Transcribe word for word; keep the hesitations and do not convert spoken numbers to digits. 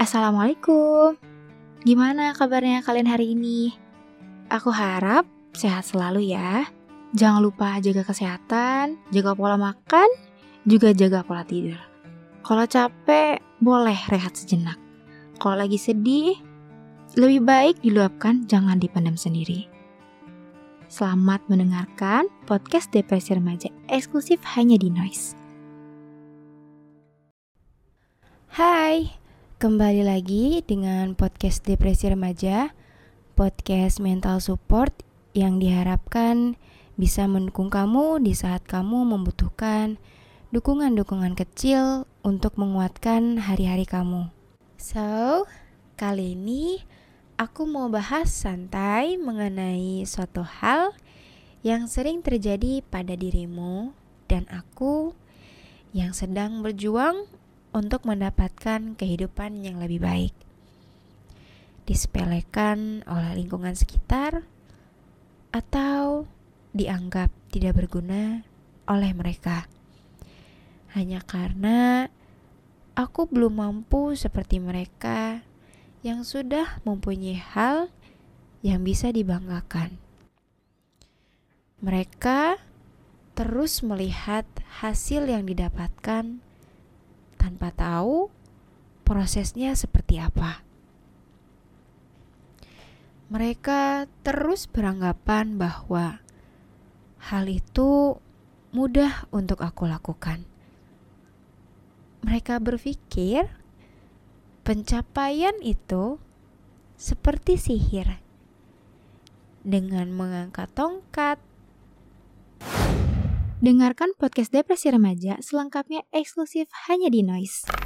Assalamualaikum. Gimana kabarnya kalian hari ini? Aku harap sehat selalu ya. Jangan lupa jaga kesehatan, jaga pola makan, juga jaga pola tidur. Kalau capek, boleh rehat sejenak. Kalau lagi sedih, lebih baik diluapkan, jangan dipendam sendiri. Selamat mendengarkan podcast Depresi Remaja eksklusif hanya di Noise. Hai, kembali lagi dengan podcast Depresi Remaja, podcast mental support yang diharapkan bisa mendukung kamu di saat kamu membutuhkan dukungan-dukungan kecil untuk menguatkan hari-hari kamu. So, kali ini aku mau bahas santai mengenai suatu hal yang sering terjadi pada dirimu dan aku yang sedang berjuang untuk mendapatkan kehidupan yang lebih baik. Disepelekan oleh lingkungan sekitar atau dianggap tidak berguna oleh mereka. Hanya karena aku belum mampu seperti mereka yang sudah mempunyai hal yang bisa dibanggakan. Mereka terus melihat hasil yang didapatkan tanpa tahu prosesnya seperti apa. Mereka terus beranggapan bahwa hal itu mudah untuk aku lakukan. Mereka berpikir pencapaian itu seperti sihir. Dengan mengangkat tongkat. Dengarkan podcast Depresi Remaja selengkapnya eksklusif hanya di Noise.